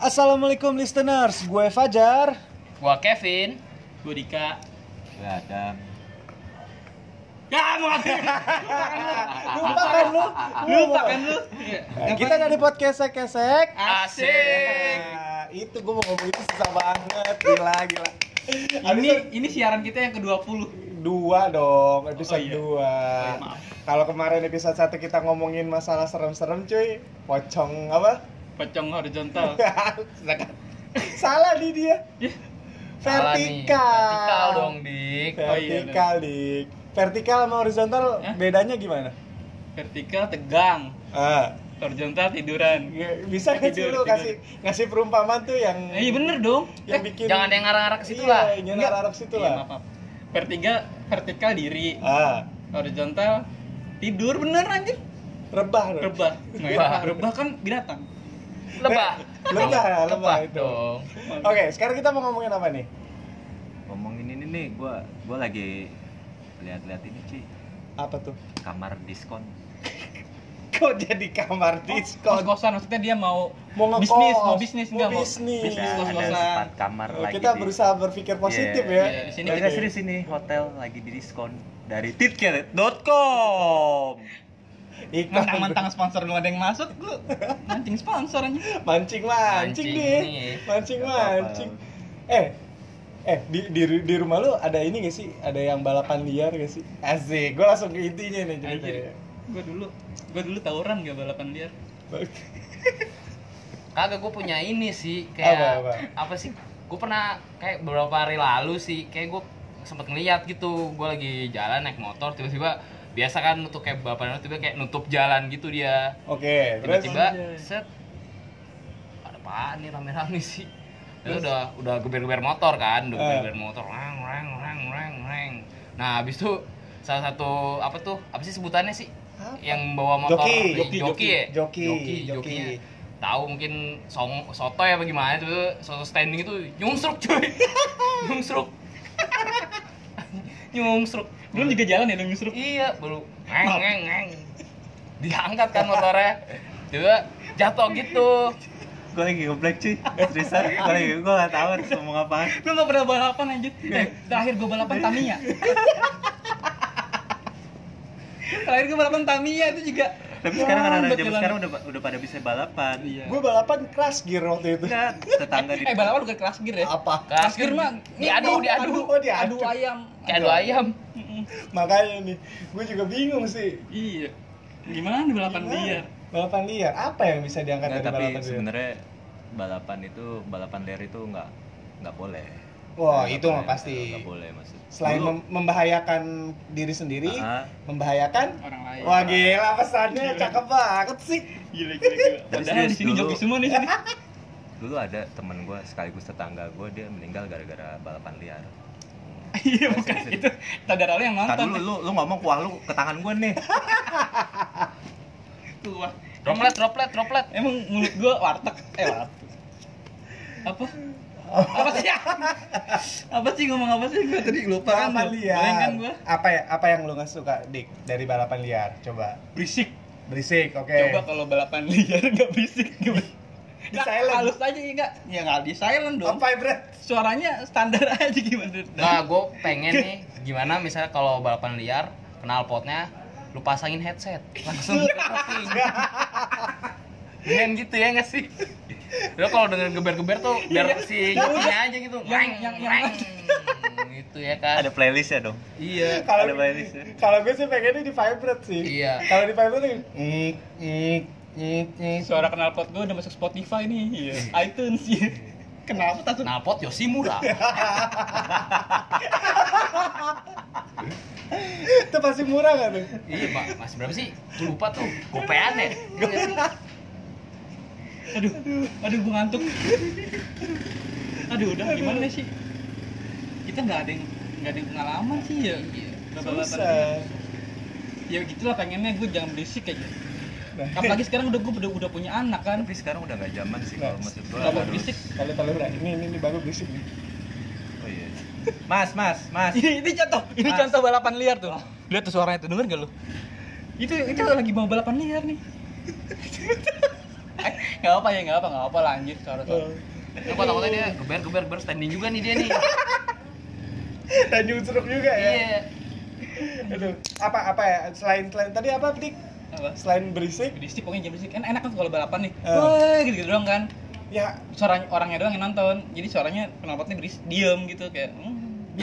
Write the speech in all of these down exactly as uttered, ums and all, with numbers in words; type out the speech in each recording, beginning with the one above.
Assalamualaikum listeners, gue Fajar. Gua Kevin. Gue Dika. Gue Adam. Ya, mau apa? Lupa kan lu? Lupa kan lu? Nah, kita dari podcast Kesek. Asik. Nah, itu gue mau ngomong itu susah banget, gila gila. Ini ini siaran kita yang kedua puluh. Dua dong, episode Oh, iya. dua. Oh, maaf. Kalau kemarin episode satu kita ngomongin masalah serem-serem cuy, pocong apa? Pocong horizontal. Salah nih dia. Ya. Salah nih. Vertikal. Vertikal dong, Dik. Oh, iya, Vertikal, Dik. Vertikal sama horizontal Hah? bedanya gimana? Vertikal tegang, Ah, horizontal tiduran. nge- bisa nggak sih Tidur, lu tidur. kasih ngasih perumpamaan tuh yang Eh, iya bener dong. yang Eh, bikin Jangan yang ngarang-ngarang ke situ lah. Iya, yang ngarang ke situ Iya, lah. maaf, maaf. Vertikal vertikal diri, Ah, horizontal tidur bener anjir. rebah dong. Rebah. Nggak Rebah. enak. Rebah kan binatang. Lebah. Lebah, lebah Lebah itu. dong. Oke, sekarang kita mau ngomongin apa nih? Ngomongin ini nih, gue gue lagi lihat-lihat ini cuy, Apa tuh? kamar diskon. Kok jadi kamar diskon? Kos-kosan maksudnya dia mau Mau ngekos, bisnis, mau bisnis mau enggak mau. bisnis. Bisnis Ada kos-kosan. empat kamar lagi. Kita di- berusaha berpikir positif Iya, ya. iya, di sini Ini Oke. kita serius ini, hotel lagi di diskon dari titket dot com. Iklan. Mentang-mentang sponsor lu ada yang masuk, lu mancing sponsor aja. Mancing mancing Mancing nih. nih. Mancing Nggak apa-apa. mancing. Eh, eh di, di di rumah lu ada ini gak sih? Ada yang balapan liar gak sih? Asik, gue langsung ke intinya nih ceritanya. Anjir. Gue dulu, gue dulu tawuran gak balapan liar. Kagak, gue punya ini sih kayak Apa, apa? apa sih? Gue pernah kayak beberapa hari lalu sih, kayak gue sempet ngeliat gitu. Gue lagi jalan naik motor, tiba-tiba biasa kan untuk kayak balapan tiba kayak nutup jalan gitu dia. Oke, terus Tiba-tiba Anjay. set ada apaan nih rame-rame sih. Itu udah udah geber-geber motor kan, udah Eh. geber-geber motor, reng reng reng reng reng. Nah, habis itu salah satu apa tuh? Apa sih sebutannya sih? Apa? Yang bawa motor Joki, joki, joki, ya? joki, joki, joki. jokinya. Tahu mungkin song sotoy apa gimana itu, soto standing itu nyungsruk cuy. Nyungsruk. Nyungsruk. Belum juga jalan ya, lu nyusruk. Iya, baru ngeng ngeng ngeng. Diangkat kan motornya. Tiba jatuh gitu. Gue lagi ngeblek cuy. Seriusan, gue lagi gue nggak tahu harus ngomong apaan. Lu gak pernah balapan anjir. Eh, terakhir gue balapan Tamiya. Terakhir gue balapan Tamiya itu juga. Tapi sekarang Wah, anak-anak buat zaman jalan. sekarang udah udah pada bisa balapan. Iya. gue balapan crash gear waktu itu. Enggak, tetangga di Eh, balapan bukan kelas gear ya. Apa? Kelas gear mah diadu, diadu. Oh, diadu. Adu ayam. Kayak adu ayam. Mm-mm. Makanya nih, gue juga bingung sih. Iya. Gimana balapan Gimana? liar? Balapan liar, apa yang bisa diangkat Nggak, dari tapi balapan liar? sebenarnya balapan itu balapan liar itu nggak nggak boleh. Wah, Nggak itu mah boleh, pasti. nggak boleh maksud. Selain Dulu- mem- membahayakan diri sendiri, Ah. membahayakan Orang lain. Wah gila pesannya cakep banget sih. Gila gila gila. Tapi Padahal di serius sini dulu. joki semua nih sini. Dulu ada temen gue sekaligus tetangga gue, dia meninggal gara-gara balapan liar. Iya bukan itu. Tadara lu yang Ntar nonton. dulu lu lu ngomong kuah lu ke tangan gue nih. Tuh, wah. Droplet, droplet, droplet. Emang mulut gua warteg. Eh warteg. Apa? Apa sih? Apa sih ngomong apa sih? Gua tadi lupa kan. Balapan liar. Boleh kan gua? Apa ya? Apa yang lu nggak suka, Dik, dari balapan liar? Coba. Berisik. Berisik, oke. Coba kalau balapan liar enggak berisik gimana? Di silent. Halus aja ya enggak? Ya enggak di silent dong. Apa vibrate? Suaranya standar aja gimana? Nah, gue pengen nih gimana misalnya kalau balapan liar, knalpotnya lu pasangin headset, langsung recording. Dengan gitu ya nggak sih? Lo kalau dengan geber-geber tuh biar Iya. si jokinya aja gitu, Yang- ngeng, yang- yang- ngeng. Gitu ya kan? Ada playlist ya dong. Iya. Kalau Ada playlist ya? kalau gue sih pengennya di vibrate sih. Iya. Kalau di vibrate nih, mm, mm, mm, mm. Suara knalpot gua udah masuk Spotify nih. Iya. iTunes ya. Kenapa tak Knalpot Yoshimura. Itu pasti murah nggak tuh? Iya, Pak. Masih berapa sih? Gue lupa tuh. Gopean ya? Iya nggak sih? Aduh, aduh gua ngantuk. Aduh, udah gimana sih? Kita nggak ada yang nggak ada yang pengalaman sih ya. Balapan. Susah. Ya gitulah pengennya gue jangan berisik aja. Nah, Apalagi sekarang udah gue udah, udah punya anak kan. Tapi sekarang udah nggak zaman sih kalau maksud gue. Nggak mau harus- berisik. kalau kalau udah ini ini ini baru berisik nih. Oh iya. Mas, mas, mas. Ini, ini contoh, ini Mas. contoh balapan liar tuh. Lihat tuh suaranya tuh, denger gak lu? Itu itu lagi mau balapan liar nih. Nggak apa ya, nggak apa, nggak apa lanjut kalau Oh. Ini kok takutnya dia geber geber geber standing juga nih dia nih. Dan nyusruk juga ya. Iya. Aduh, apa apa ya? Selain selain tadi apa, Dik? apa? Selain berisik, Berisik pokoknya jam berisik kan enak kan kalau balapan nih. Eh. Wah, gitu-gitu doang kan. ya Suara orangnya doang yang nonton. Jadi suaranya knalpotnya berisik, diem gitu kayak. Hmm.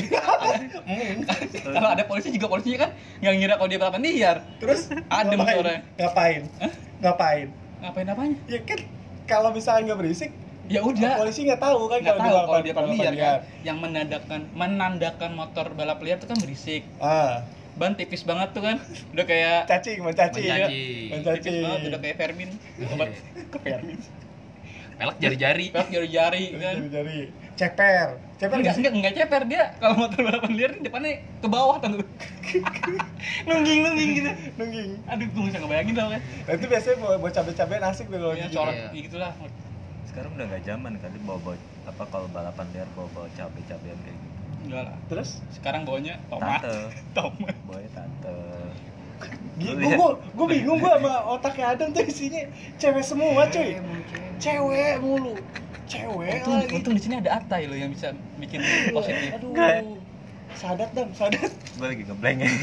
Kalau ada polisi juga polisinya kan nggak ngira kalau dia balapan liar. terus Adem ngapain? suaranya. Ngapain? Hah? Ngapain? Ngapain apanya? Ya kan kalau misalnya nggak berisik, Ya udah. polisi nggak tahu kan Nggak kalau tahu di kalau dia balapan- balapan liar balapan kan. Yang menandakan menandakan motor balap liar itu kan berisik. Ah, Ban tipis banget tuh kan. Udah kayak cacing, mencacing. Mencacing. Mencacing. tipis banget udah kayak Fermin. Obat ke Fermin. Pelek jari-jari. Pelak jari-jari kan. Jari, ceper. Ceper Enggak, nggak sih? enggak, enggak ceper dia. Kalau motor balapan liar nih depannya ke bawah tuh. Nungging-nungging gitu. Nungging. Aduh, gue bisa ngebayangin tau kan. Nah, itu biasanya buat buat cabe-cabean asik tuh kalau Ya, gitu. corak Iya. gitu lah. Sekarang udah nggak zaman kali bawa-bawa apa kalau balapan liar bawa-bawa cabe-cabean kayak gitu. Enggak lah. Terus Sekarang bawanya tomat. Tante, Tomat. bawa tante. Gue Lu lihat? gue gue bingung gue sama otaknya Adam tuh isinya cewek semua cuy, cewek mulu, cewek Untung, lagi. untung di sini ada Atai loh yang bisa bikin positif. Aduh, Nggak. sadat dam, sadat. Gue lagi ngeblank ya.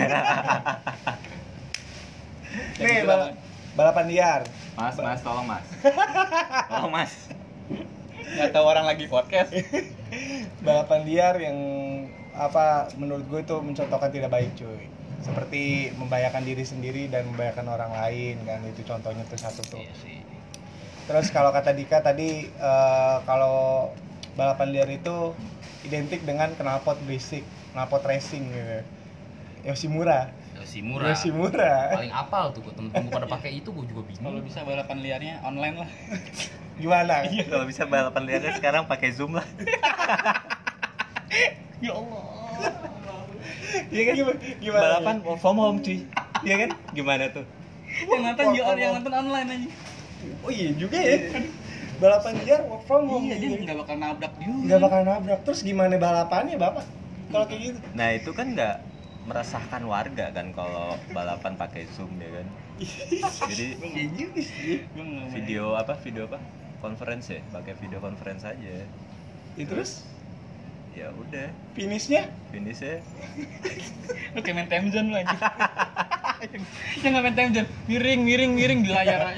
Nih bal- balapan liar. Mas, mas, tolong mas. Tolong mas. Nggak tahu orang lagi podcast. Balapan liar yang apa menurut gue itu mencontohkan tidak baik cuy. Seperti membahayakan diri sendiri dan membahayakan orang lain kan, itu contohnya tuh satu tuh. Iya sih. Terus kalau kata Dika tadi eh, kalau balapan liar itu identik dengan knalpot berisik, knalpot racing gitu. Yoshimura. Yoshimura. Yoshimura. Paling apal tuh gue temen-temen gue pada pakai itu gue juga bingung. Kalau bisa balapan liarnya online lah. Gimana? Kalau bisa balapan liarnya sekarang pakai Zoom lah. Ya Allah. Iya kan gimana? gimana? Balapan work from home cuy. Iya kan? Gimana tuh? Yang nonton juga yang nonton online aja. Oh iya juga ya. Balapan liar work from home. Iya, dia nggak bakal nabrak juga. Nggak bakal nabrak. Terus gimana balapannya, Bapak? Kalau kayak gitu. Nah itu kan nggak meresahkan warga kan kalau balapan pakai Zoom ya kan. Jadi Iya juga sih. Gua nggak mau. video apa video apa conference ya, pakai video conference aja. Ya, terus Ya udah, finishnya finishnya Lu kayak main time zone lu aja. Yang nggak main time zone, miring miring miring di layar aja.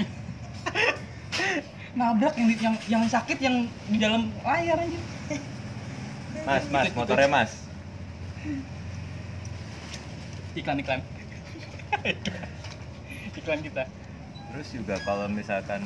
Nabrak yang di- yang yang sakit yang di dalam layar aja. mas mas motornya mas. Iklan iklan. Iklan kita. Terus juga kalau misalkan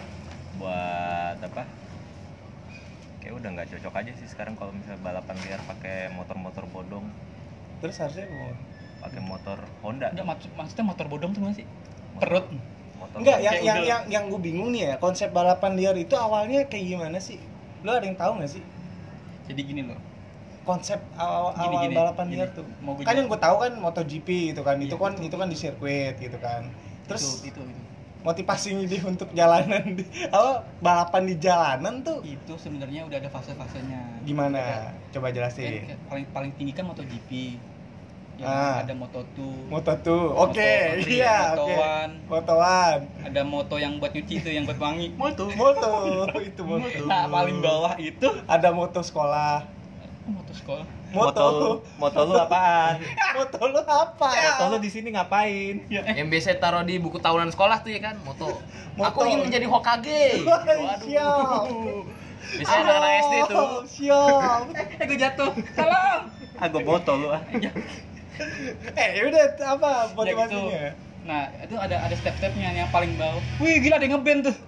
buat apa? Kayak udah nggak cocok aja sih sekarang kalau misalnya balapan liar pakai motor-motor bodong, terus harusnya mau pakai motor Honda. Enggak maksud maksudnya motor bodong tuh masih perut. Motor enggak, bodong. yang Kayak yang udah- yang yang gue bingung nih ya, konsep balapan liar itu awalnya kayak gimana sih? Lo ada yang tahu nggak sih? Jadi gini loh. Konsep awal, Gini, awal gini, balapan gini. liar tuh. Mau gua Kan yang jelasin. gue tahu kan MotoGP itu kan, itu Iya, kan betul. itu kan di sirkuit gitu kan. Terus itu itu itu. motivasinya dia untuk jalanan di apa balapan di jalanan tuh Itu sebenarnya udah ada fase-fasenya. gimana? Coba Kan jelasin. kayak paling paling tinggi kan MotoGP. Yang Ah. ada Moto dua. Moto tuh, oke, Moto- iya, Moto oke. One. Motoan, Ada moto yang buat nyuci itu yang buat wangi. moto, moto, itu moto. Nah, paling bawah itu Ada moto sekolah, oh, moto sekolah. moto, Moto lu, moto lu apaan? moto lu apa? Moto lu di sini ngapain? Ya, eh, Yang biasa taruh di buku tahunan sekolah tuh ya kan, moto. Moto. Aku ingin menjadi Hokage. Wah, siap. Biasanya anak-anak S D tuh. Oh, siap. eh gue jatuh. Salam. Ah gua moto lu ah. Eh, yaudah apa Ya gitu. motivasinya? Nah, itu ada ada step-stepnya yang paling bawah. Wih, gila ada yang ngeband tuh.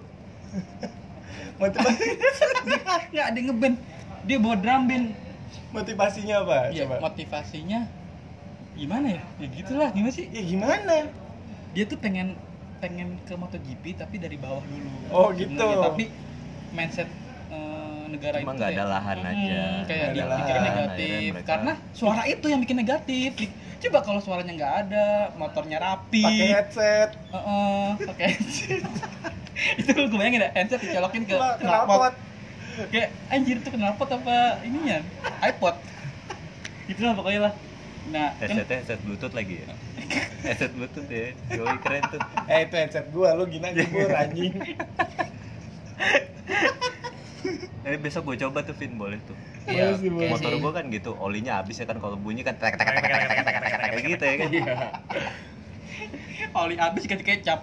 Motivasi, Enggak ada yang ngeband. Dia bawa drum band. motivasinya apa? Ya, Coba. motivasinya gimana ya? Ya gitulah, gimana sih? Ya gimana? Dia tuh pengen pengen ke MotoGP tapi dari bawah dulu. Oh, gitu. Sebenarnya. Tapi mindset eh, negara Cuma itu nggak ada kayak, lahan hmm, aja. kayak Nggak di, ada dipikir lahan, negatif akhirnya mereka- karena suara itu yang bikin negatif. Di- Coba kalau suaranya nggak ada, motornya rapi. Pakai headset, Heeh, pakai headset. Itu lu gue bayangin ya, headset dicolokin ke Wah, knalpot. knalpot. Kayak anjir itu knalpot apa ininya? iPod. Gitu lah pokoknya lah. Nah, kan Headsetnya headset bluetooth lagi ya. Headset Bluetooth ya. Yoi keren tuh. Eh itu headset gua, lu gina gibur anjing. Eh besok gue coba tuh Vin, boleh tuh. Iya, Boleh sih, boleh. kayak Motor sih. gue kan gitu, olinya habis ya kan, kalau bunyi kan tek tek tek tek tek tek tek tek kayak gitu ya kan. Oli habis ganti kecap.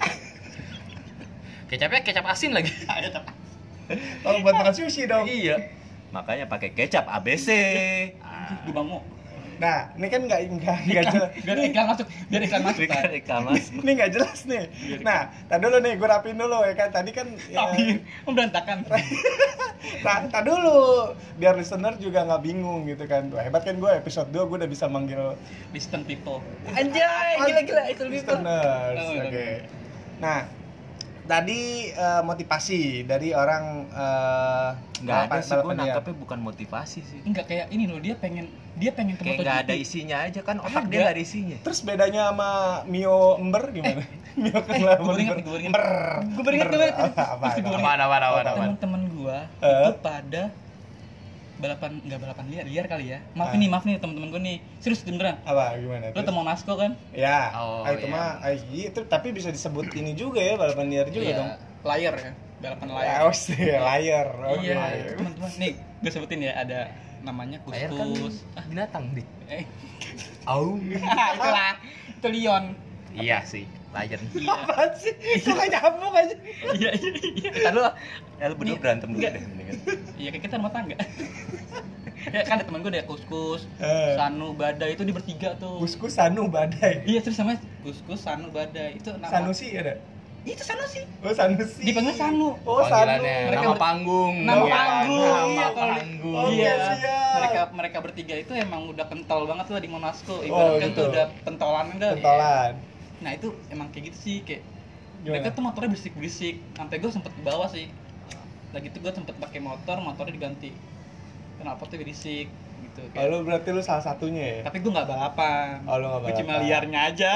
Kecapnya kecap asin lagi. Oh, buat makan sushi dong. Iya. Makanya pakai kecap A B C. Gue bangun. Nah, ini kan nggak nggak nggak jelas. Biar iklan masuk, biar iklan masuk. Ikan Tar. ikan mas. Ini nggak jelas nih. Nah, tadi dulu nih, gue rapin dulu ya kan. Tadi kan. ya, Tapi berantakan. Nah, tadi dulu biar listener juga nggak bingung gitu kan. Wah, hebat kan gue episode dua gue udah bisa manggil Listen people. Anjay, gila-gila itu lebih listeners. Oh, Oke. bener. Nah, tadi eh, motivasi dari orang eh, Nggak ada balapan- sih, gue balapan liar. nangkapnya bukan motivasi sih. Enggak kayak ini loh, dia pengen dia pengen ke Kayak MotoGP. nggak ada isinya aja kan, otak Ada. dia nggak ada isinya. Terus bedanya sama Mio Ember gimana? Mio kan eh, lah, gue baru ingat, gue baru ingat. Ember. Gue baru ingat, gue baru ingat. Apa, apa, Terus gue baru Apaan, apaan, apaan, apaan. Teman-teman gua Eh? itu pada balapan enggak balapan liar, liar kali ya. Maaf Ah. nih, maaf nih teman-teman gua nih. Serius beneran. Apa gimana? Lu terus? temu Nasko kan? Ya, Oh, ah, itu iya. mah ah, iya, itu tapi bisa disebut ini juga ya balapan liar juga Iya, dong. Layar ya, balapan layar. Ya, oh, sih, layar. Oke. Iya, teman-teman. Nih, gue sebutin ya, ada namanya Layar kan Kuskus. binatang, Dik. Eh, Au. itulah. Itu Leon. Iya sih, Lion. Iya. Apaan sih? Kok nggak nyambung aja? Iya, iya, iya. Entar lu Ya lu berdua Nih, berantem dulu nggak. deh mendingan. Iya, kayak kita rumah tangga. Ya kan ada teman gue ada Kuskus, Eh. Sanu, Badai itu di bertiga tuh. Kuskus Sanu Badai. Iya, terus sama Kuskus, Sanu, Badai. Itu nama. Sanusi ada? Itu Sanusi. Oh, Sanusi. Dipanggil Sanu. Oh, Sanu. panggilannya Mereka nama ber- panggung. Nama Iya, panggung. Nama Iya, kalau di- panggung. Oke, Iya, siap. mereka mereka bertiga itu emang udah kental banget lah di Monasco. Oh, Ibaratkan gitu. tuh udah pentolan dah. Pentolan. Nah itu emang kayak gitu sih, kayak Gimana? mereka tuh motornya berisik-berisik. Sampai gue sempet ke bawah sih. Lagi tuh gue sempet pakai motor, motornya diganti. Knalpotnya berisik gitu. Oh, lu berarti lu salah satunya ya? Tapi gue nggak balapan. Oh, lu nggak Gue cuma balapan. liarnya aja.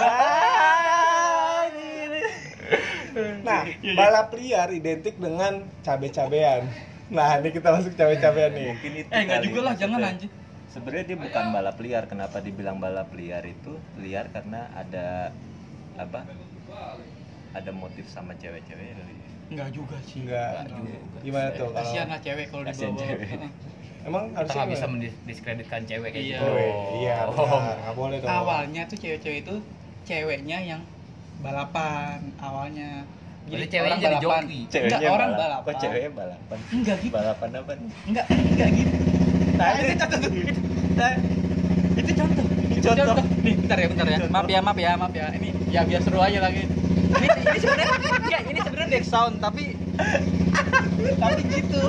Nah, balap liar identik dengan cabe-cabean. Nah, ini kita masuk cabe-cabean nih. Mungkin itu. eh nggak kali juga lah, jangan maksudnya. anjir. Sebenarnya dia bukan balap liar. Kenapa dibilang balap liar itu? Liar karena ada apa? Ada motif sama cewek-cewek kali. Enggak juga sih. Enggak. juga. Gimana tuh kalau Kasihan lah cewek kalau Kasihan dibawa. cewek. Heeh. emang Kita harusnya nggak bisa gimana? mendiskreditkan cewek kayak Iya. gitu. Oh, iya, Oh. benar. Nggak boleh dong. Awalnya tuh cewek-cewek itu ceweknya yang balapan awalnya. Berarti ceweknya orang jadi balapan. joki. Enggak, orang balap. balapan. Kok ceweknya balapan? Enggak gitu. Balapan apa nih? Enggak, enggak gitu. Nah, itu contoh tuh. Itu, nah, itu contoh. Itu Contoh. Nih, bentar ya, bentar ya. Maaf ya, maaf ya, maaf ya. Ini ya biar seru aja lagi. Ini ini sebenarnya enggak, ini sebenarnya back sound tapi tapi gitu.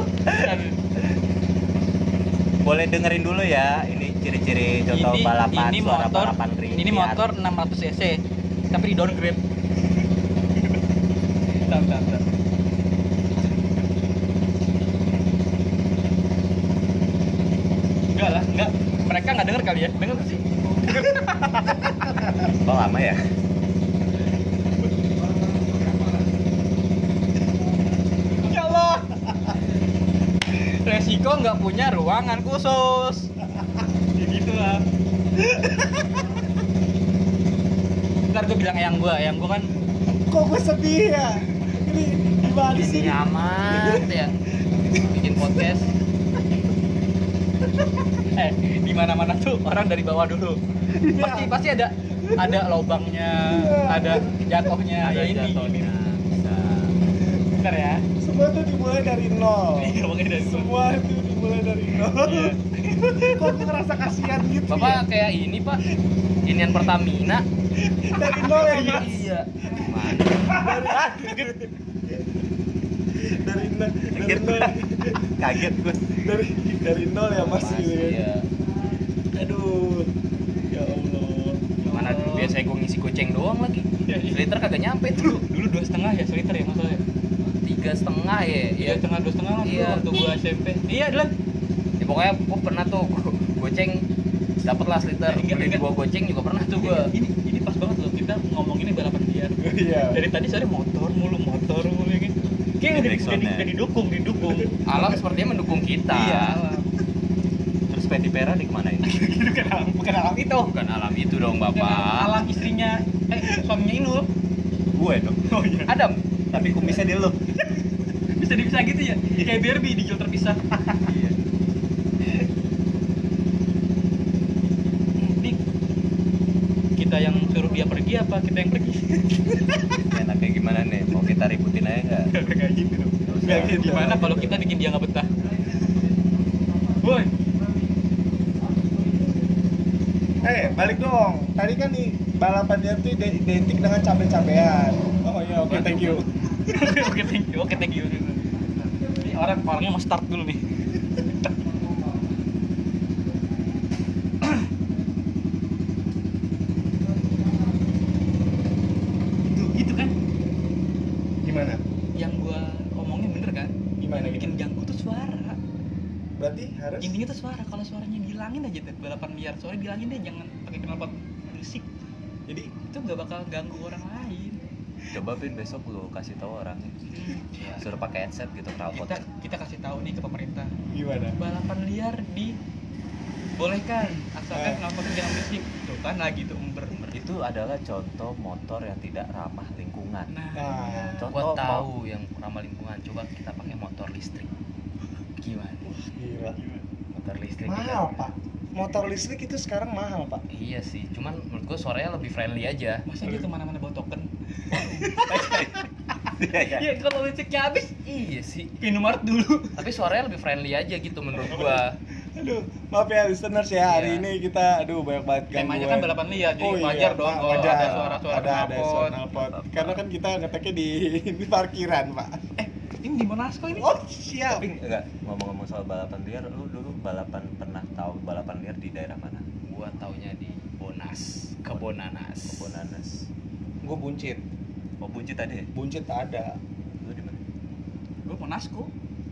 Boleh dengerin dulu ya, ini ciri-ciri contoh ini, balapan, ini suara motor, balapan ring. ini motor enam ratus cc tapi di downgrade. Bentar, bentar, bentar. Enggak lah, enggak. Mereka enggak denger kali ya? Denger nggak sih? Oh lama ya? Ya Allah. Resiko nggak punya ruangan khusus. Ya gitu lah. Ntar gue bilang eyang gue, eyang gue kan Kok gue sedih ya? Ini gimana sih? Ini amat ya. Bikin podcast. eh di mana-mana tuh orang dari bawah dulu. Pasti pasti ada ada lobangnya, ada jatuhnya, Ada ya ini. jatuhnya. Bisa. Bentar ya. Semua tuh dimulai dari nol. Iya, makanya dari Semua itu dimulai dari nol. Iya. Kok gue ngerasa kasihan gitu ya? Bapak kayak ini, Pak. Inian Pertamina. Dari nol ya, Mas? Iya. Dari nol, dari Kaget nol, Kaget gue. dari dari nol ya Mas gitu ya. Iya. Aduh, ya Allah. Mana dulu biasanya gue ngisi goceng doang lagi. Seliter kagak nyampe tuh. Dulu dua setengah ya seliter ya masalahnya. Tiga setengah ya. Iya setengah dua setengah lah dulu Iya. waktu gua S M P. Iya adalah. Ya pokoknya gue pernah tuh go- goceng dapet lah seliter. Enggak, Beli di enggak. bawah goceng juga pernah tuh gue. Ini ini pas banget loh kita ngomonginnya balapan liar. Iya. Dari tadi soalnya motor mulu motor mulu gitu. Kayak udah, udah, Backsoundnya. udah didukung didukung. Alam sepertinya mendukung kita. Iya. Terus Fendi Pera di kemana ini? bukan alam, bukan alam itu. Bukan alam itu dong, Bukan Bapak. alam istrinya, eh suaminya Inul. Gue dong. Oh iya. Adam. Tapi kumisnya di lu. Bisa dipisah gitu ya? Kayak Barbie dijual terpisah. Iya. Dik, kita yang suruh dia pergi apa kita yang pergi? Enaknya gimana nih? Mau kita ributin aja nggak? Kayak gitu dong. Nggak usah. Kayak gitu. Gimana kalau kita bikin dia nggak betah? Woi, Eh, balik dong. Tadi kan nih balapan liar tuh ide- identik dengan cabe-cabean. Oh iya, oke, thank you. oke thank you, oke thank you. Ini orang orangnya mau start dulu nih. Itu, itu kan Gimana? yang gua omongnya bener kan? Gimana, Yang bikin gimana? ganggu tuh suara. Berarti harus Intinya tuh suara. Kalau suaranya dihilangin aja tuh balapan liar, suaranya dihilangin deh, jangan pakai knalpot musik. jadi Itu nggak bakal ganggu orang lain. Coba Bin besok lu kasih tahu orangnya. Suruh pakai headset gitu knalpot. Kita kita kasih tahu nih ke pemerintah. gimana? Balapan liar di bolehkan asalkan Eh. knalpotnya jangan berisik. Tuh kan lagi tuh umber. Itu adalah contoh motor yang tidak ramah lingkungan. Nah, Nah, Contoh Gua tahu yang ramah lingkungan. Coba kita pakai motor listrik. Gimana? gila. Motor listrik Mahal, juga. Pak. Motor listrik itu sekarang mahal, Pak. Iya sih, cuman menurut gua suaranya lebih friendly aja. masa dia kemana-mana bawa token? Iya, iya. Ya kalau listriknya habis, Iya sih. ke Indomaret dulu. Tapi suaranya lebih friendly aja gitu menurut gua. Aduh, maaf ya listeners ya, hari Iya. ini kita aduh banyak banget Temanya gangguan. kan balapan liar, jadi Oh iya, wajar dong Pak, kalau wajar. ada suara-suara ada, ada knalpot. suara knalpot. Karena kan kita ngeteknya di, di parkiran, Pak. Eh, ini di Monasco ini. Oh, siap. Tapi enggak, ngomong-ngomong soal balapan liar, lu dulu balapan pernah tahu balapan liar di daerah mana? Gua taunya di Bonas, Kebonanas. Kebonanas. Gue buncit. Oh, Buncit tadi ya? Buncit ada. Lu di mana? Gue Monasco.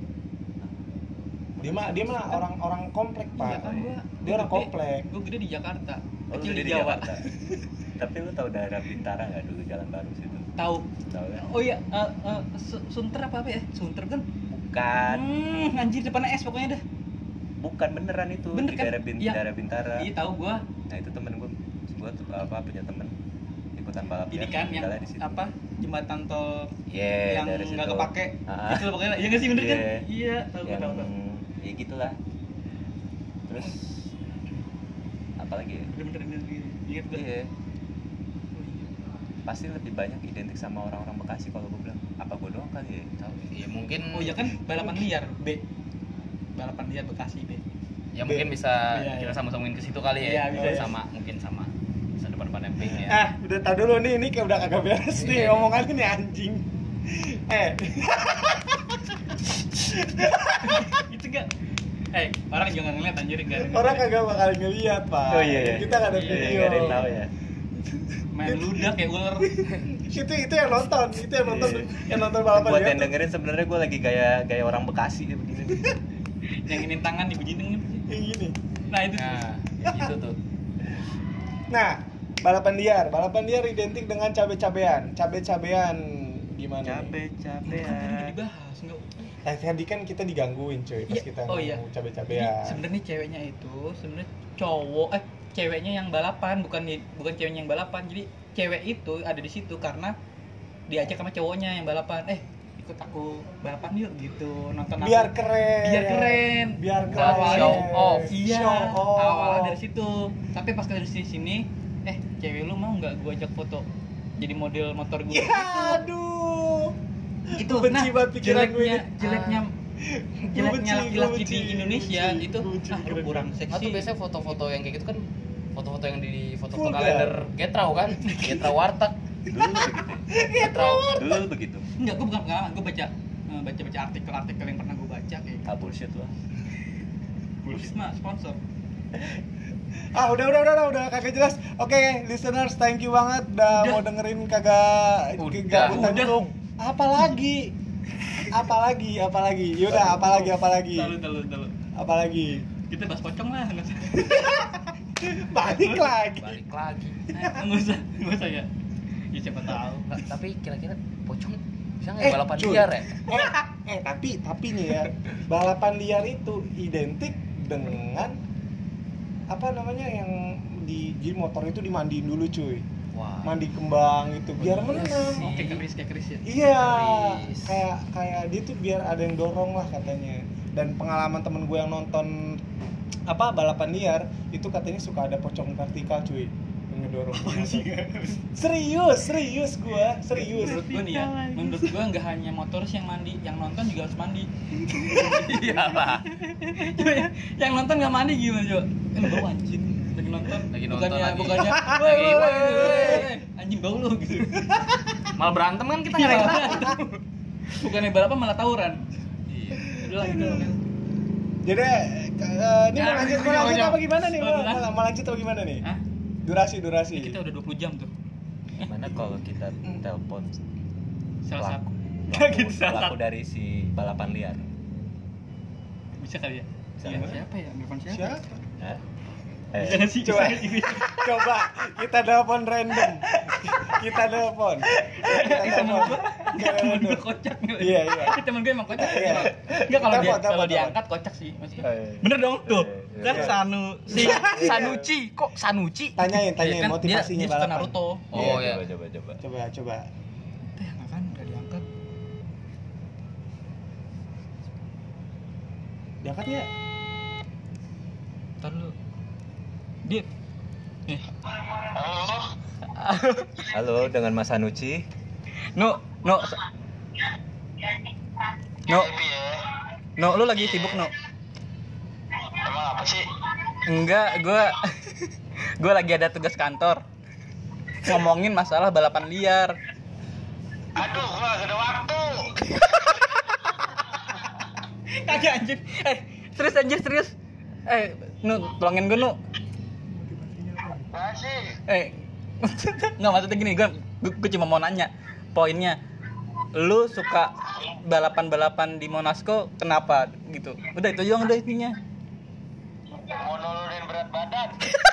Dia mah dia mah orang-orang komplek, Pak. Iya kan gua. Dia orang komplek. Gue gede di Jakarta. Oh, lu Kecil gede di Jawa. Jakarta. Tapi lu tahu daerah Bintara nggak dulu Jalan Baru situ? Tahu. Tahu kan? Oh iya, eh, eh, Su- Sunter apa apa ya? Sunter kan? Bukan. Hmm, anjir depannya S pokoknya dah. Bukan beneran itu Bener di kan? daerah, Bin- Iya. daerah Bintara. Iya tahu gua. Nah, itu temen gue, gue tuh apa punya temen ikutan balap Ini liar, kan yang tinggalnya di situ. apa? Jembatan tol Iya, yang dari nggak situ. kepake. Ah. Itu loh pokoknya. Iya nggak sih bener kan? Iya. Iya, tahu gua Yang tahu tahu. ya gitulah. Terus apa lagi ya? Bener bener bener. Ingat gua. Iya. Pasti lebih banyak identik sama orang-orang Bekasi kalau gue bilang. Apa gue doang kali ya? Tahu. Ya mungkin Oh iya kan balapan liar B. Balapan liar Bekasi B. ya mungkin bisa Iya, kita iya. sama-samain ke situ kali Iya, ya. bisa, iya. sama mungkin sama bisa depan-depannya pink ya. Ah, udah tahu dulu nih, ini kayak udah kagak beres nih Iya. omongannya nih anjing. Eh, Itu enggak. Eh, orang jangan ngeliat anjir enggak. orang kagak bakal ngeliat, Pak. Oh iya, iya. Kita nggak ada Iya, video. Iya, nggak ada yang tahu ya. main ludah kayak ular. itu itu yang nonton, itu yang nonton, Iya. yang nonton balapan Buat liar yang tuh. dengerin sebenarnya gue lagi gaya gaya orang Bekasi ya begini. Yang ini tangan dibeginin gitu. Yang gini. Nah, itu Nah, itu tuh. Nah, balapan liar, balapan liar identik dengan cabe-cabean, cabe-cabean gimana? nih? Capek kan tadi capek. udah dibahas enggak. Nah, tadi kan kita digangguin cuy pas Iya, kita oh iya. ngomong Jadi cabe-cabean. sebenarnya ceweknya itu sebenarnya cowok eh ceweknya yang balapan bukan bukan ceweknya yang balapan. Jadi cewek itu ada di situ karena diajak sama cowoknya yang balapan. Eh, ikut aku balapan yuk gitu. Nonton aku. Biar keren. Biar keren. Biar Buat keren. show off. Iya. Show off. Awalnya dari situ. Tapi pas dari sini, eh cewek lu mau nggak gua ajak foto jadi model motor gua? Ya, aduh. Itu Gua benci nah, banget pikiran gue jeleknya ini. jeleknya Gua jeleknya benci, laki-laki gua di benci, Indonesia gua benci, itu gua benci ah lu pikiran kurang gue. seksi. Nah tuh biasanya foto-foto yang kayak gitu kan foto-foto yang di foto-foto Vulgar. kalender Getrau kan? Getrau Warteg. Dulu lu begitu. Getrau. Dulu lu begitu. Enggak, gua bukan pengalaman, gua baca eh, baca-baca artikel-artikel yang pernah gua baca kayak Ah bullshit lah. bullshit mah sponsor. Ah, udah udah udah udah, udah kagak jelas. Oke, listeners, thank you banget udah, Udah. mau dengerin kagak Udah. kegabutan Udah. dong. Apalagi? Apalagi? Apalagi? Yaudah, apalagi apalagi? Tahu tahu tahu. Apalagi? Kita bahas pocong lah, enggak usah. Balik lagi. Balik lagi. Enggak usah, enggak usah ya. Ya siapa tahu. Nggak, tapi kira-kira pocong bisa nggak Eh, ya balapan cuy. liar ya? Eh, eh tapi tapi nih ya, balapan liar itu identik dengan apa namanya yang di jadi motor itu dimandiin dulu cuy. Wah. Mandi kembang itu biar menang. Oke, keris kayak keris ya. Iya, Keris. kayak kayak dia tuh biar ada yang dorong lah katanya. Dan pengalaman temen gue yang nonton apa balapan liar itu katanya suka ada pocong vertikal cuy yang ngedorong. serius, serius gue, serius. Menurut gue nih ya, menurut gue nggak hanya motor sih yang mandi, yang nonton juga harus mandi. Iyalah. Coba ya, yang nonton nggak mandi gimana coba? Kan bau anjing lagi nonton. Lagi nonton bukannya, lagi. Bukannya, Lagi, woi woi woi, woi, woi. anjing bau lu gitu. Malah berantem kan kita nggak ada yang tahu. Bukannya balapan malah tawuran. Iya. Udah lah gitu loh kan. Jadi uh, ini mau Nah, lanjut, ini mau lanjut jauh. apa gimana nih? Mau, Udah. mau, mau lanjut apa gimana nih? Hah? Durasi, durasi. Ya, kita udah dua puluh jam tuh. Gimana kalau kita telepon Salah pelaku, satu pelaku, Gitu, salah pelaku dari si balapan liar? bisa kali ya? Bisa Iya, nggak? siapa ya? Nelfon siapa? Siapa? Hah? Bisa Eh, nggak sih? Coba. Bisa nggak sih? Coba kita telepon random. Kita telepon. Kita Eh, temen telepon. gua, enggak temen gua kocak nih. Iya, iya. Eh, temen gue emang kocak. Iya. Enggak kalau dia Telepon, telepon, kalau telepon. diangkat kocak sih maksudnya. Eh. Bener dong tuh. Iya, Kan iya. Sanu si Sanuci, kok Sanuci? Tanyain, tanyain kan motivasinya dia, dia suka balapan. Naruto. Oh, Iya, iya. coba coba coba. Coba, coba. Teh enggak kan enggak diangkat. Diangkat ya? Entar lu. Dia Eh, Halo, dengan Mas Sanuci. no, no. No. No, lu lagi sibuk, no? Emang apa sih? Enggak, gua gua lagi ada tugas kantor. Ngomongin masalah balapan liar. Aduh, gua gak ada waktu. Kagak anjir. Eh, serius anjir, serius. Eh, Nu, tolongin gue, Nu. Masih. Eh, nggak maksudnya gini, gue, gue cuma mau nanya poinnya. Lu suka balapan-balapan di Monasco kenapa gitu? Udah itu doang udah intinya. Mau nurunin berat badan.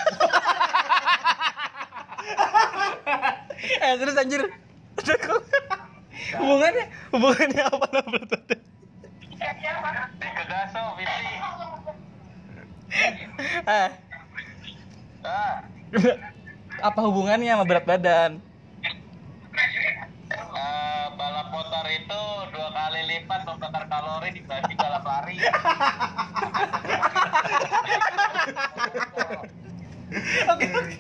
Eh, terus anjir. hubungannya hubungannya apa lah berarti? Di Kegaso, Viti. Eh, Ah, apa hubungannya sama berat badan? eh, balap motor itu dua kali lipat membakar kalori dibanding balap lari. Oke, oke.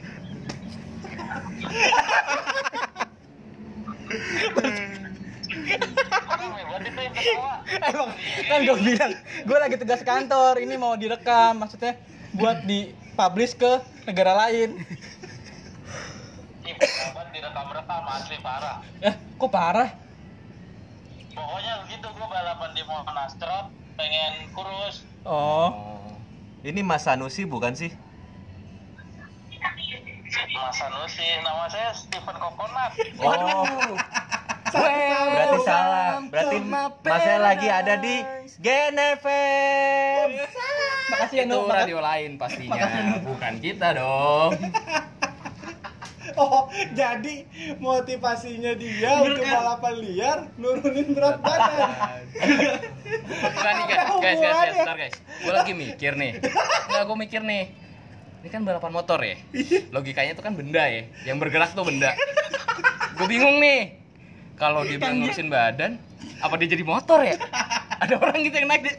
Buat itu yang ketawa. Emang kan gue bilang gue lagi tugas kantor, ini mau direkam, maksudnya buat di publish ke negara lain. Ih, banget direkam-rekam asli parah. Eh, kok parah? Pokoknya gitu, gua balapan di Monastro pengen kurus. Oh, Ini Mas Sanusi bukan sih? Mas Sanusi, nama saya Stephen Coconut. Oh, berarti salah. Berarti Masnya lagi ada di Gen F M. makasih ya Itu Nu. radio lain pastinya, bukan kita dong. Oh, jadi motivasinya dia untuk balapan liar nurunin berat badan. Bukan nih guys, guys, guys, guys, bentar guys. Gue lagi mikir nih. Nggak, gue mikir nih. Ini kan balapan motor ya. Logikanya itu kan benda ya. Yang bergerak tuh benda. Gue bingung nih. Kalau dia bilang ngurusin badan, apa dia jadi motor ya? Ada orang gitu yang naik di,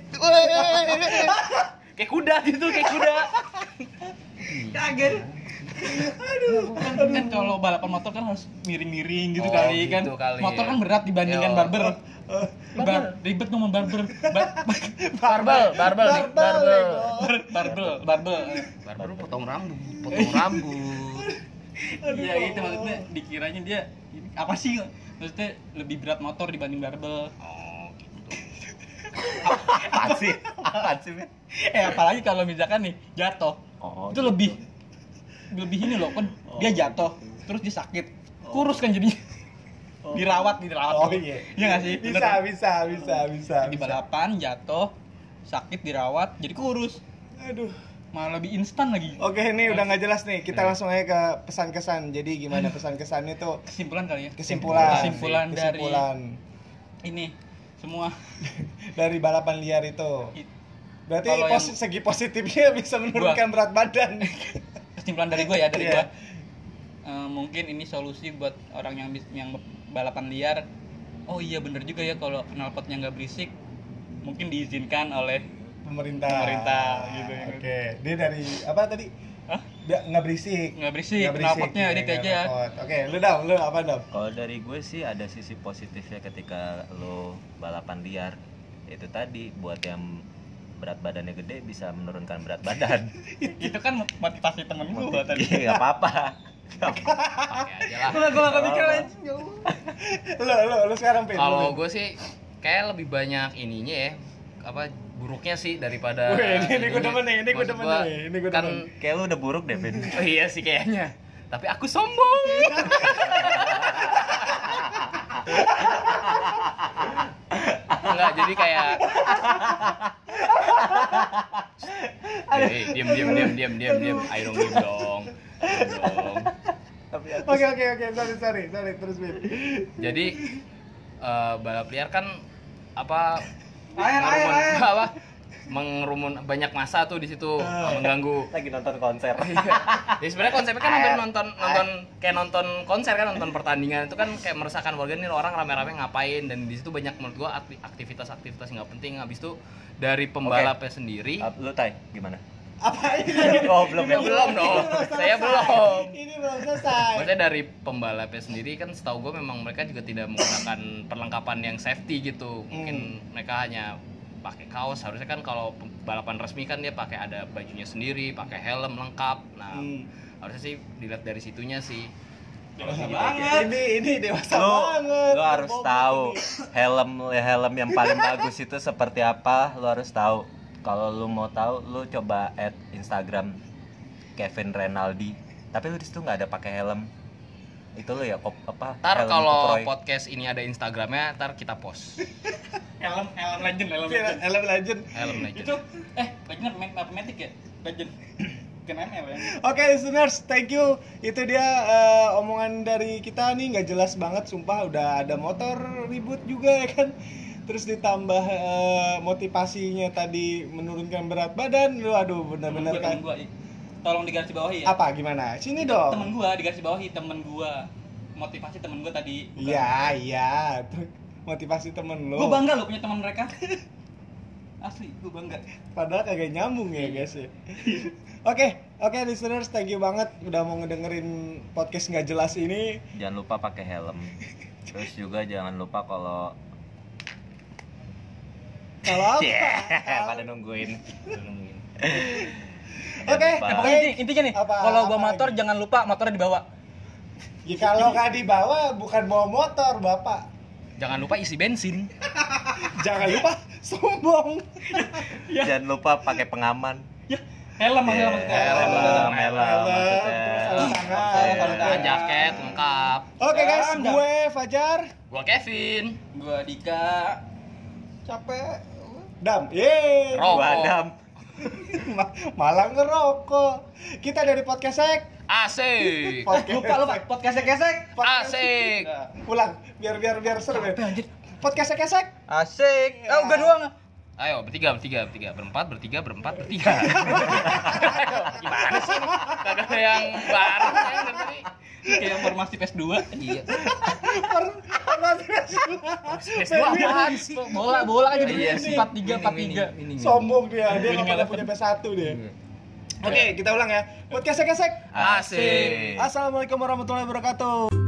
kayak kuda gitu, kayak kuda. Kaget. Aduh, kan, kan kalau balapan motor kan harus miring-miring gitu Oh, kali kan. gitu kali Motor ya. kan berat dibandingkan Yo. barber. Bar, ribet ngomong barber. Ba- Barbel, barbel nih, barbel. bar- barbel, barbel. Barbel lu potong rambut, potong rambut. Iya itu maksudnya dikiranya dia ini apa sih? Maksudnya lebih berat motor dibanding barbel. Oh, gitu. Apaan sih? Apaan sih, men? Eh apalagi kalau misalkan nih jatuh. Oh, itu gitu. lebih lebih ini loh kan dia jatuh terus dia sakit. Kurus kan jadinya. Dirawat, dirawat. Oh dulu. iya. Iya nggak sih? Bener Bisa, kan? bisa, bisa, bisa. Di bisa. balapan jatuh, sakit dirawat, jadi kurus. Aduh. Malah lebih instan lagi. Oke, ini udah nggak jelas nih. Kita langsung aja ke pesan-kesan. Jadi gimana pesan-kesannya tuh? Kesimpulan kali ya. Kesimpulan. Kesimpulan dari Kesimpulan ini semua dari balapan liar itu. i- Berarti Kalau posi- yang- segi positifnya bisa menurunkan berat badan. kesimpulan dari gue ya dari Iya. gue Eh, mungkin ini solusi buat orang yang bis- yang balapan liar. Oh iya bener juga ya, kalau knalpotnya nggak berisik mungkin diizinkan oleh Pemerintah. Pemerintah, gitu ya. Oke, dia dari apa tadi? Hah? Dia nggak berisik. nggak berisik, Nggak berisik, knalpotnya iya, edit nggak aja. knalpot. Oke, lu dam, lu apa dam? Kalau dari gue sih ada sisi positifnya ketika lo balapan liar. Itu tadi buat yang berat badannya gede bisa menurunkan berat badan. Itu kan motivasi temen gue tadi. Iya, nggak apa-apa. Pakai aja lah. Gue gue gak mikir Apa-apa. anjing. Lu lu lu sekarang Pin. Kalau gue sih kayak lebih banyak ininya ya, apa buruknya sih daripada. Wih, ini- ini gua ininya. demen nih, ini gua Maksud demen gua, nih, ini gua kan demen. Kayak lu udah buruk deh, Ben. oh iya sih kayaknya. Tapi aku sombong. Enggak, jadi kayak Hei, diam diam diam diam diam diam. Ayo dong, diam dong. Diam dong. Oke oke oke, sorry sorry, sorry terus Pin. Jadi eh, balap liar kan apa Air, air, ngerumun- air. apa mengerumun banyak masa tuh di situ Ah. mengganggu. Lagi nonton konser. Jadi sebenarnya konsepnya kan hampir nonton nonton kayak nonton konser kan, nonton pertandingan itu kan kayak meresahkan warga nih, orang rame-rame ngapain, dan di situ banyak menurut gua akti- aktivitas-aktivitas yang nggak penting. Habis itu dari pembalapnya sendiri. Ah, lu Tai, gimana? Apa ini? Oh, belum Ya, belum dong. Saya belum. Ini belum selesai. Maksudnya dari pembalapnya sendiri kan setahu gue memang mereka juga tidak menggunakan perlengkapan yang safety gitu. Mungkin mereka hanya pakai kaos. Harusnya kan kalau balapan resmi kan dia pakai ada bajunya sendiri, pakai helm lengkap. Nah, Hmm. harusnya sih dilihat dari situnya sih. Dewasa Ini banget. ini, ini dewasa Lu, banget. lu harus Berbobot tahu ini. helm helm yang paling bagus itu seperti apa. Lu harus tahu. Kalau lu mau tahu, lu coba add Instagram Kevin Renaldi. Tapi lu di situ nggak ada pakai helm. Itu lu ya kop apa? Ntar helm kalau Kuproy. podcast ini ada Instagramnya, ntar kita post. Helm, helm legend, helm Oke, legend. Helm Legend. Helm Legend. Itu eh legend apa apa Matic ya? Legend. Bukan M L ya. Oke listeners, thank you. Itu dia eh, omongan dari kita nih, nggak jelas banget sumpah. Udah ada motor ribut juga ya kan. Terus ditambah eh, motivasinya tadi menurunkan berat badan. Lu aduh Temen benar-benar gua, kan. temen gua. Tolong digaris bawahi ya. Apa gimana? Sini dong. Temen gua digaris bawahi, temen gua. Motivasi temen gua tadi. bukan- Iya, iya. Tuh, motivasi temen lu. Gua bangga loh punya teman mereka. Asli, gua bangga. Padahal kagak nyambung ya guys ya. Oke, oke listeners, thank you banget udah mau ngedengerin podcast nggak jelas ini. Jangan lupa pakai helm. Terus juga jangan lupa kalau Kalau apa? Yeah, pada nungguin. Oke, Jangan lupa. Eh, pokoknya inti- intinya nih, Apa- kalau gua apa motor lagi? jangan lupa motornya dibawa. Ya kalau nggak dibawa bukan bawa motor, Bapak. Jangan lupa isi bensin. Jangan lupa sombong. Jangan lupa pakai pengaman. Ya, helm, Yeah, helm, maksudnya. helm, helm, helm, maksudnya. terus sarung tangan. Sarung tangan. Nah, jaket lengkap. Oke guys, Jam, jam. gue Fajar. Gua Kevin. Gua Dika. Capek. Dam. Yeay. Rokok. Gua Adam. Ma- Malah ngerokok. Kita dari podcast Sek. Asik. Podcast Lupa lupa podcast kesek. Podcast- Asik. Nah, ulang biar biar biar seru ya. Capek anjir. Podcast Sek Sek. Asik. Oh, udah doang. Ayo bertiga, bertiga, bertiga, berempat, bertiga, berempat, bertiga. Gimana sih? Kagak ada yang baru ya dari tadi. Kayak formasi P E S dua. Iya. Podcast P S dua apaan sih? Bola, bola aja di Iya sih. empat tiga empat Mining, tiga. mining, mining. Sombong dia, dia Winning nggak pernah eleven. punya P S satu dia. Iya. Oke, kita ulang ya. Podcast Sek Sek. Asik. Assalamualaikum warahmatullahi wabarakatuh.